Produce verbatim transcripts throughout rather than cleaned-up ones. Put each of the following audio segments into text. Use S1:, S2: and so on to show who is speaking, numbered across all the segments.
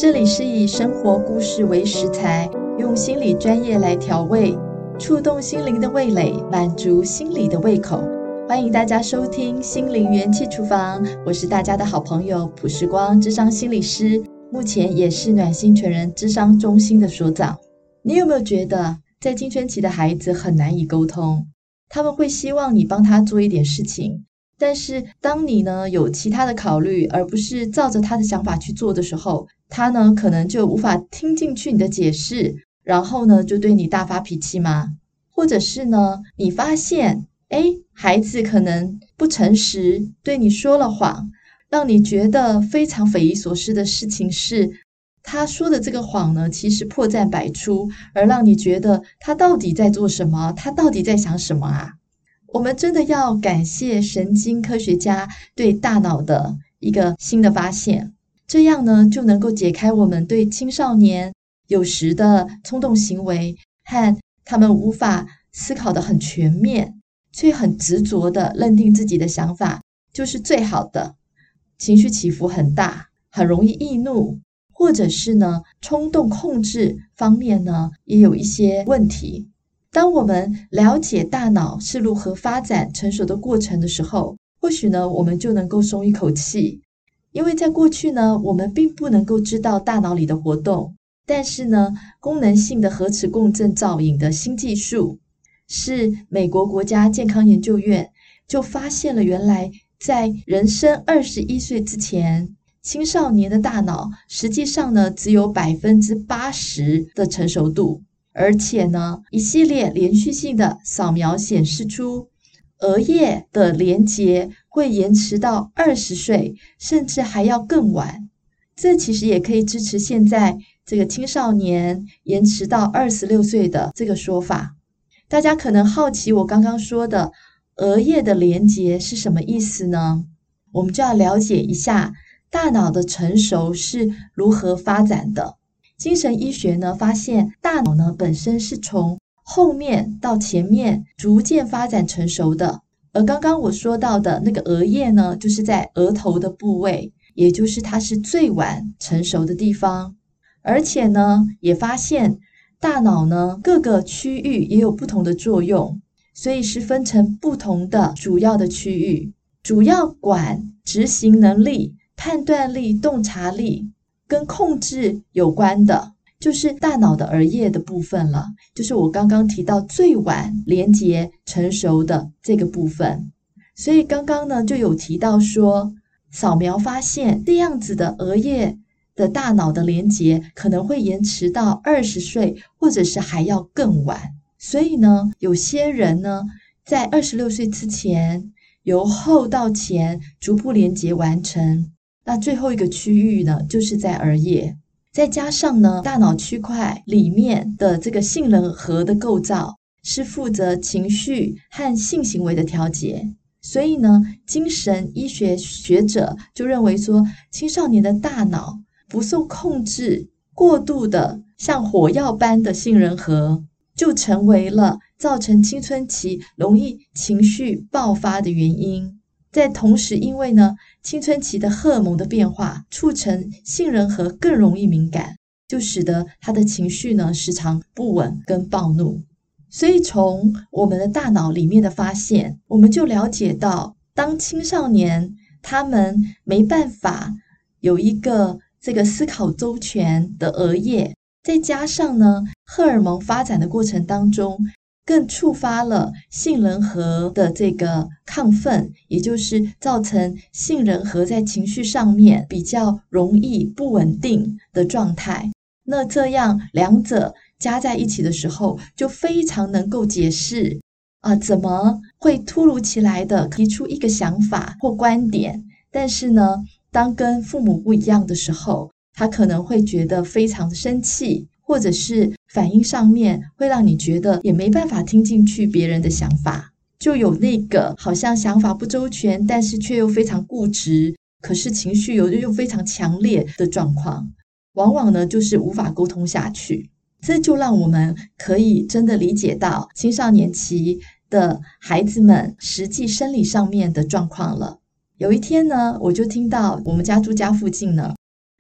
S1: 这里是以生活故事为食材，用心理专业来调味，触动心灵的味蕾，满足心理的胃口。欢迎大家收听心灵元气厨房，我是大家的好朋友朴时光諮商心理师，目前也是暖心全人諮商中心的所长。你有没有觉得在青春期的孩子很难以沟通？他们会希望你帮他做一点事情，但是当你呢有其他的考虑，而不是照着他的想法去做的时候，他呢可能就无法听进去你的解释，然后呢就对你大发脾气吗？或者是呢你发现诶孩子可能不诚实，对你说了谎，让你觉得非常匪夷所思的事情是，他说的这个谎呢其实破绽百出，而让你觉得他到底在做什么，他到底在想什么啊？我们真的要感谢神经科学家对大脑的一个新的发现，这样呢就能够解开我们对青少年有时的冲动行为和他们无法思考的很全面，却很执着的认定自己的想法就是最好的，情绪起伏很大，很容易易怒，或者是呢冲动控制方面呢也有一些问题。当我们了解大脑是如何发展成熟的过程的时候，或许呢我们就能够松一口气。因为在过去呢我们并不能够知道大脑里的活动，但是呢功能性的核磁共振造影的新技术是美国国家健康研究院就发现了，原来在人生二十一岁之前，青少年的大脑实际上呢只有 百分之八十 的成熟度，而且呢一系列连续性的扫描显示出额叶的连结会延迟到二十岁，甚至还要更晚。这其实也可以支持现在这个青少年延迟到二十六岁的这个说法。大家可能好奇我刚刚说的额叶的连结是什么意思呢？我们就要了解一下大脑的成熟是如何发展的。精神医学呢发现大脑呢本身是从后面到前面逐渐发展成熟的，而刚刚我说到的那个额叶呢就是在额头的部位，也就是它是最晚成熟的地方。而且呢也发现大脑呢各个区域也有不同的作用，所以是分成不同的主要的区域，主要管执行能力、判断力、洞察力跟控制有关的就是大脑的额叶的部分了，就是我刚刚提到最晚连结成熟的这个部分。所以刚刚呢就有提到说，扫描发现这样子的额叶的大脑的连结可能会延迟到二十岁，或者是还要更晚。所以呢有些人呢在二十六岁之前由后到前逐步连结完成，那最后一个区域呢就是在额叶。再加上呢大脑区块里面的这个杏仁核的构造是负责情绪和性行为的调节，所以呢精神医学学者就认为说，青少年的大脑不受控制，过度的像火药般的杏仁核就成为了造成青春期容易情绪爆发的原因。在同时因为呢青春期的荷尔蒙的变化促成杏仁核更容易敏感，就使得他的情绪呢时常不稳跟暴怒。所以从我们的大脑里面的发现，我们就了解到，当青少年他们没办法有一个这个思考周全的额叶，再加上呢荷尔蒙发展的过程当中更触发了杏仁核的这个亢奋，也就是造成杏仁核在情绪上面比较容易不稳定的状态。那这样两者加在一起的时候，就非常能够解释啊、呃，怎么会突如其来的提出一个想法或观点，但是呢当跟父母不一样的时候，他可能会觉得非常的生气，或者是反应上面会让你觉得也没办法听进去别人的想法，就有那个好像想法不周全，但是却又非常固执，可是情绪又又非常强烈的状况，往往呢就是无法沟通下去。这就让我们可以真的理解到青少年期的孩子们实际生理上面的状况了。有一天呢，我就听到我们家住家附近呢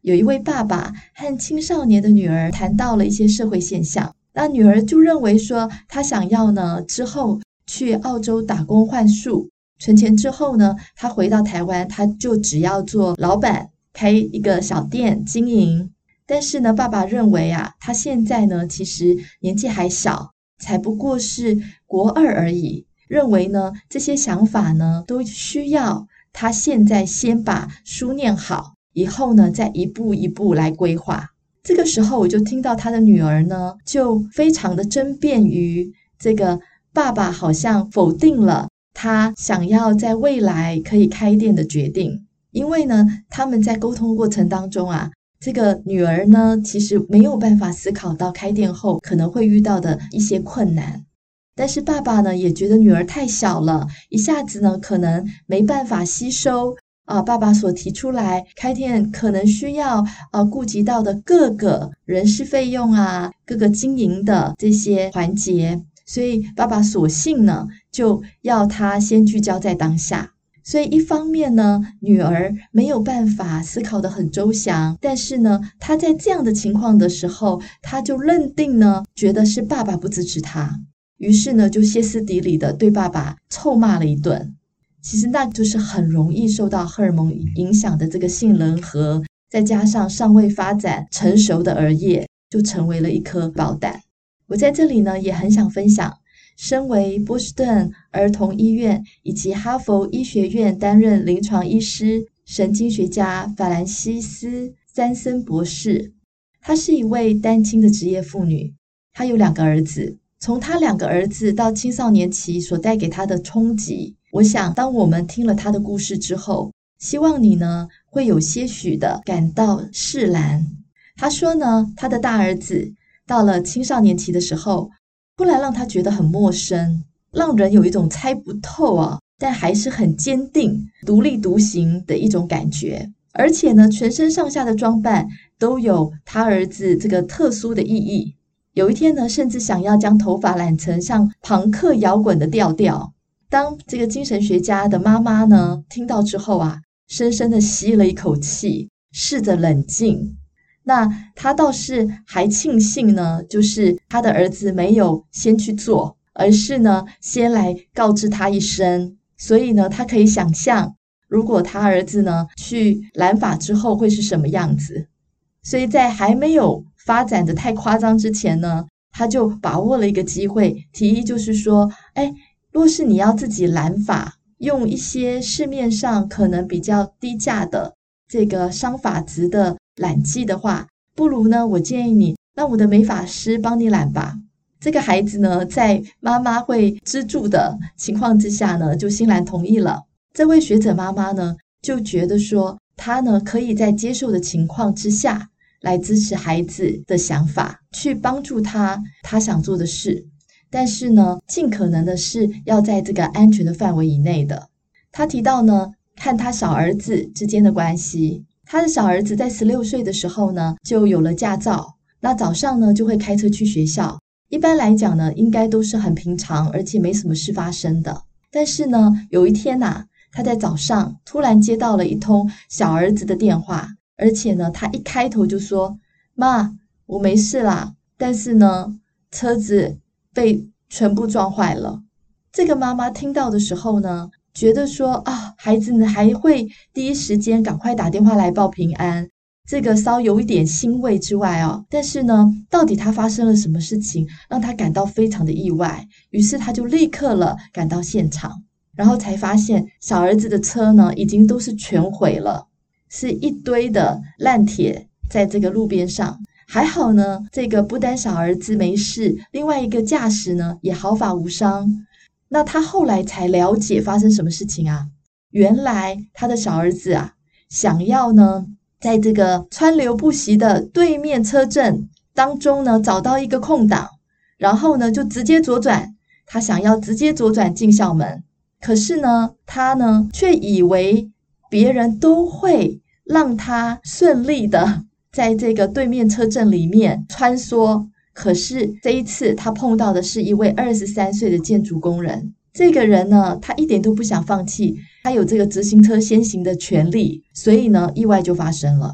S1: 有一位爸爸和青少年的女儿谈到了一些社会现象，那女儿就认为说，她想要呢之后去澳洲打工换宿，存钱之后呢，她回到台湾，她就只要做老板，开一个小店经营。但是呢，爸爸认为啊，他现在呢其实年纪还小，才不过是国二而已，认为呢这些想法呢都需要他现在先把书念好，以后呢再一步一步来规划。这个时候我就听到他的女儿呢就非常的争辩于这个爸爸好像否定了他想要在未来可以开店的决定。因为呢他们在沟通过程当中啊，这个女儿呢其实没有办法思考到开店后可能会遇到的一些困难，但是爸爸呢也觉得女儿太小了，一下子呢可能没办法吸收啊，爸爸所提出来开店可能需要啊顾及到的各个人事费用啊，各个经营的这些环节，所以爸爸索性呢就要他先聚焦在当下。所以一方面呢，女儿没有办法思考得很周详，但是呢，她在这样的情况的时候，她就认定呢，觉得是爸爸不支持她，于是呢，就歇斯底里的对爸爸臭骂了一顿。其实那就是很容易受到荷尔蒙影响的这个杏仁核，再加上尚未发展成熟的儿叶，就成为了一颗爆弹。我在这里呢，也很想分享身为波士顿儿童医院以及哈佛医学院担任临床医师、神经学家法兰西斯·詹森博士，她是一位单亲的职业妇女，她有两个儿子。从她两个儿子到青少年期所带给她的冲击，我想当我们听了她的故事之后，希望你呢会有些许的感到释然。她说呢，她的大儿子到了青少年期的时候，突然让他觉得很陌生，让人有一种猜不透啊，但还是很坚定、独立独行的一种感觉。而且呢，全身上下的装扮都有他儿子这个特殊的意义。有一天呢，甚至想要将头发染成像朋克摇滚的调调。当这个精神学家的妈妈呢，听到之后啊，深深的吸了一口气，试着冷静。那他倒是还庆幸呢，就是他的儿子没有先去做，而是呢先来告知他一声，所以呢他可以想象如果他儿子呢去染发之后会是什么样子。所以在还没有发展的太夸张之前呢，他就把握了一个机会，提议就是说，哎，若是你要自己染发，用一些市面上可能比较低价的这个商法值的染剂的话，不如呢我建议你让我的美发师帮你染吧。这个孩子呢在妈妈会资助的情况之下呢，就欣然同意了。这位学者妈妈呢就觉得说，她呢可以在接受的情况之下来支持孩子的想法，去帮助他他想做的事，但是呢尽可能的是要在这个安全的范围以内的。他提到呢和他小儿子之间的关系，他的小儿子在十六岁的时候呢就有了驾照，那早上呢就会开车去学校，一般来讲呢应该都是很平常而且没什么事发生的。但是呢有一天啊，他在早上突然接到了一通小儿子的电话，而且呢他一开头就说，妈，我没事啦，但是呢车子被全部撞坏了。这个妈妈听到的时候呢，觉得说啊，孩子呢还会第一时间赶快打电话来报平安，这个稍有一点欣慰之外哦，但是呢到底他发生了什么事情让他感到非常的意外，于是他就立刻了赶到现场，然后才发现小儿子的车呢已经都是全毁了，是一堆的烂铁在这个路边上。还好呢，这个不单小儿子没事，另外一个驾驶呢也毫发无伤。那他后来才了解发生什么事情啊，原来他的小儿子啊想要呢在这个川流不息的对面车阵当中呢找到一个空档，然后呢就直接左转，他想要直接左转进校门。可是呢他呢却以为别人都会让他顺利的在这个对面车阵里面穿梭，可是这一次他碰到的是一位二十三岁的建筑工人。这个人呢他一点都不想放弃，他有这个直行车先行的权利，所以呢意外就发生了。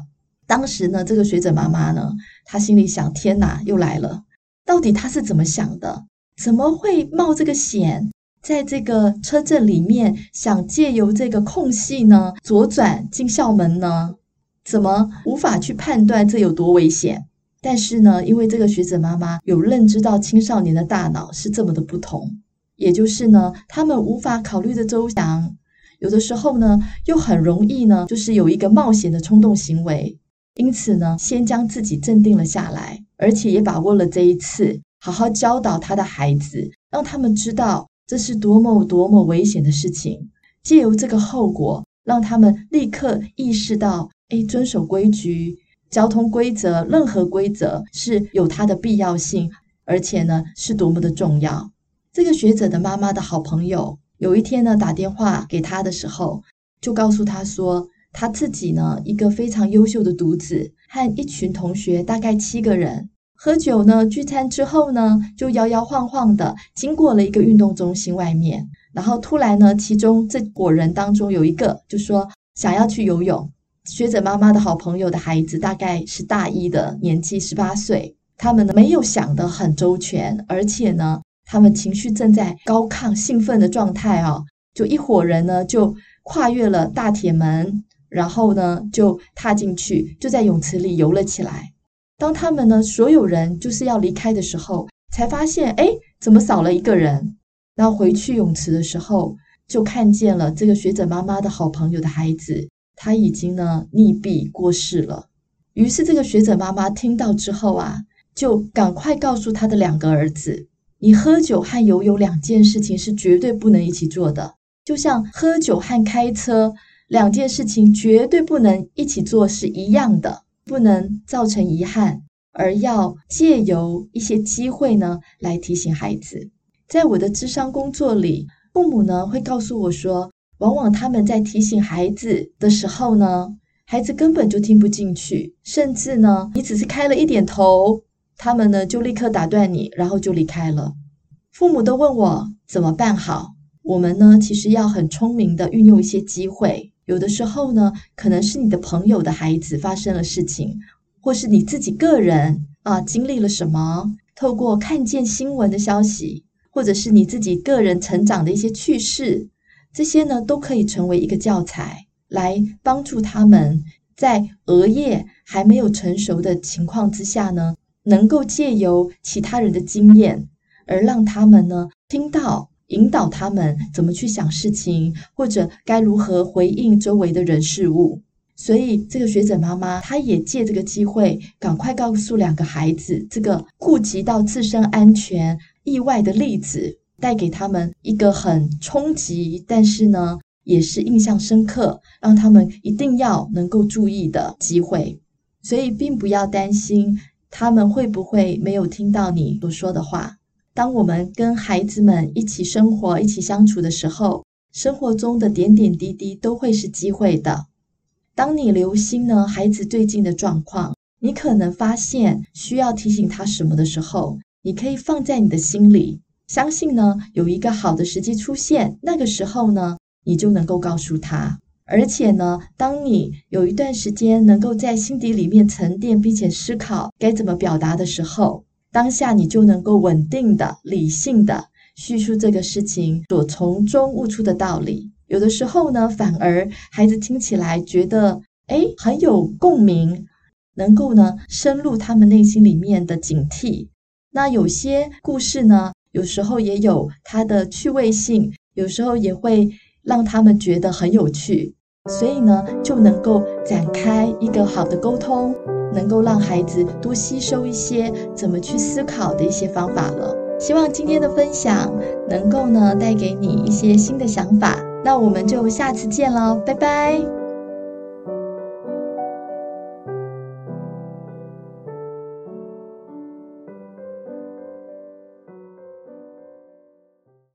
S1: 当时呢，这个学者妈妈呢，她心里想，天哪，又来了，到底她是怎么想的？怎么会冒这个险，在这个车阵里面想借由这个空隙呢，左转进校门呢？怎么无法去判断这有多危险？但是呢，因为这个学者妈妈有认知到青少年的大脑是这么的不同，也就是呢，他们无法考虑的周详，有的时候呢，又很容易呢，就是有一个冒险的冲动行为。因此呢，先将自己镇定了下来，而且也把握了这一次，好好教导他的孩子，让他们知道这是多么多么危险的事情。借由这个后果，让他们立刻意识到，诶，遵守规矩，交通规则，任何规则是有它的必要性，而且呢，是多么的重要。这个学者的妈妈的好朋友，有一天呢，打电话给他的时候，就告诉他说，他自己呢，一个非常优秀的独子，和一群同学，大概七个人，喝酒呢，聚餐之后呢，就摇摇晃晃的经过了一个运动中心外面，然后突然呢，其中这伙人当中有一个就说想要去游泳。学者妈妈的好朋友的孩子大概是大一的年纪，十八岁，他们呢没有想得很周全，而且呢，他们情绪正在高亢兴奋的状态哦，就一伙人呢就跨越了大铁门，然后呢就踏进去，就在泳池里游了起来。当他们呢所有人就是要离开的时候，才发现诶，怎么少了一个人？然后回去泳池的时候，就看见了这个学者妈妈的好朋友的孩子，他已经呢溺毙过世了。于是这个学者妈妈听到之后啊，就赶快告诉他的两个儿子，你喝酒和游泳两件事情是绝对不能一起做的，就像喝酒和开车两件事情绝对不能一起做是一样的，不能造成遗憾，而要借由一些机会呢来提醒孩子。在我的諮商工作里，父母呢会告诉我说，往往他们在提醒孩子的时候呢，孩子根本就听不进去，甚至呢你只是开了一点头，他们呢就立刻打断你，然后就离开了。父母都问我怎么办好，我们呢其实要很聪明的运用一些机会，有的时候呢可能是你的朋友的孩子发生了事情，或是你自己个人啊经历了什么，透过看见新闻的消息，或者是你自己个人成长的一些趣事，这些呢都可以成为一个教材，来帮助他们在额叶还没有成熟的情况之下呢，能够借由其他人的经验，而让他们呢听到，引导他们怎么去想事情，或者该如何回应周围的人事物。所以这个学者妈妈她也借这个机会赶快告诉两个孩子这个顾及到自身安全意外的例子，带给他们一个很冲击，但是呢也是印象深刻，让他们一定要能够注意的机会。所以并不要担心他们会不会没有听到你所说的话。当我们跟孩子们一起生活，一起相处的时候，生活中的点点滴滴都会是机会的。当你留心呢孩子最近的状况，你可能发现需要提醒他什么的时候，你可以放在你的心里，相信呢有一个好的时机出现，那个时候呢你就能够告诉他。而且呢，当你有一段时间能够在心底里面沉淀，并且思考该怎么表达的时候，当下你就能够稳定的、理性的叙述这个事情所从中悟出的道理。有的时候呢，反而孩子听起来觉得诶很有共鸣，能够呢深入他们内心里面的警惕。那有些故事呢，有时候也有它的趣味性，有时候也会让他们觉得很有趣，所以呢就能够展开一个好的沟通，能够让孩子多吸收一些怎么去思考的一些方法了。希望今天的分享能够呢带给你一些新的想法，那我们就下次见咯，拜拜。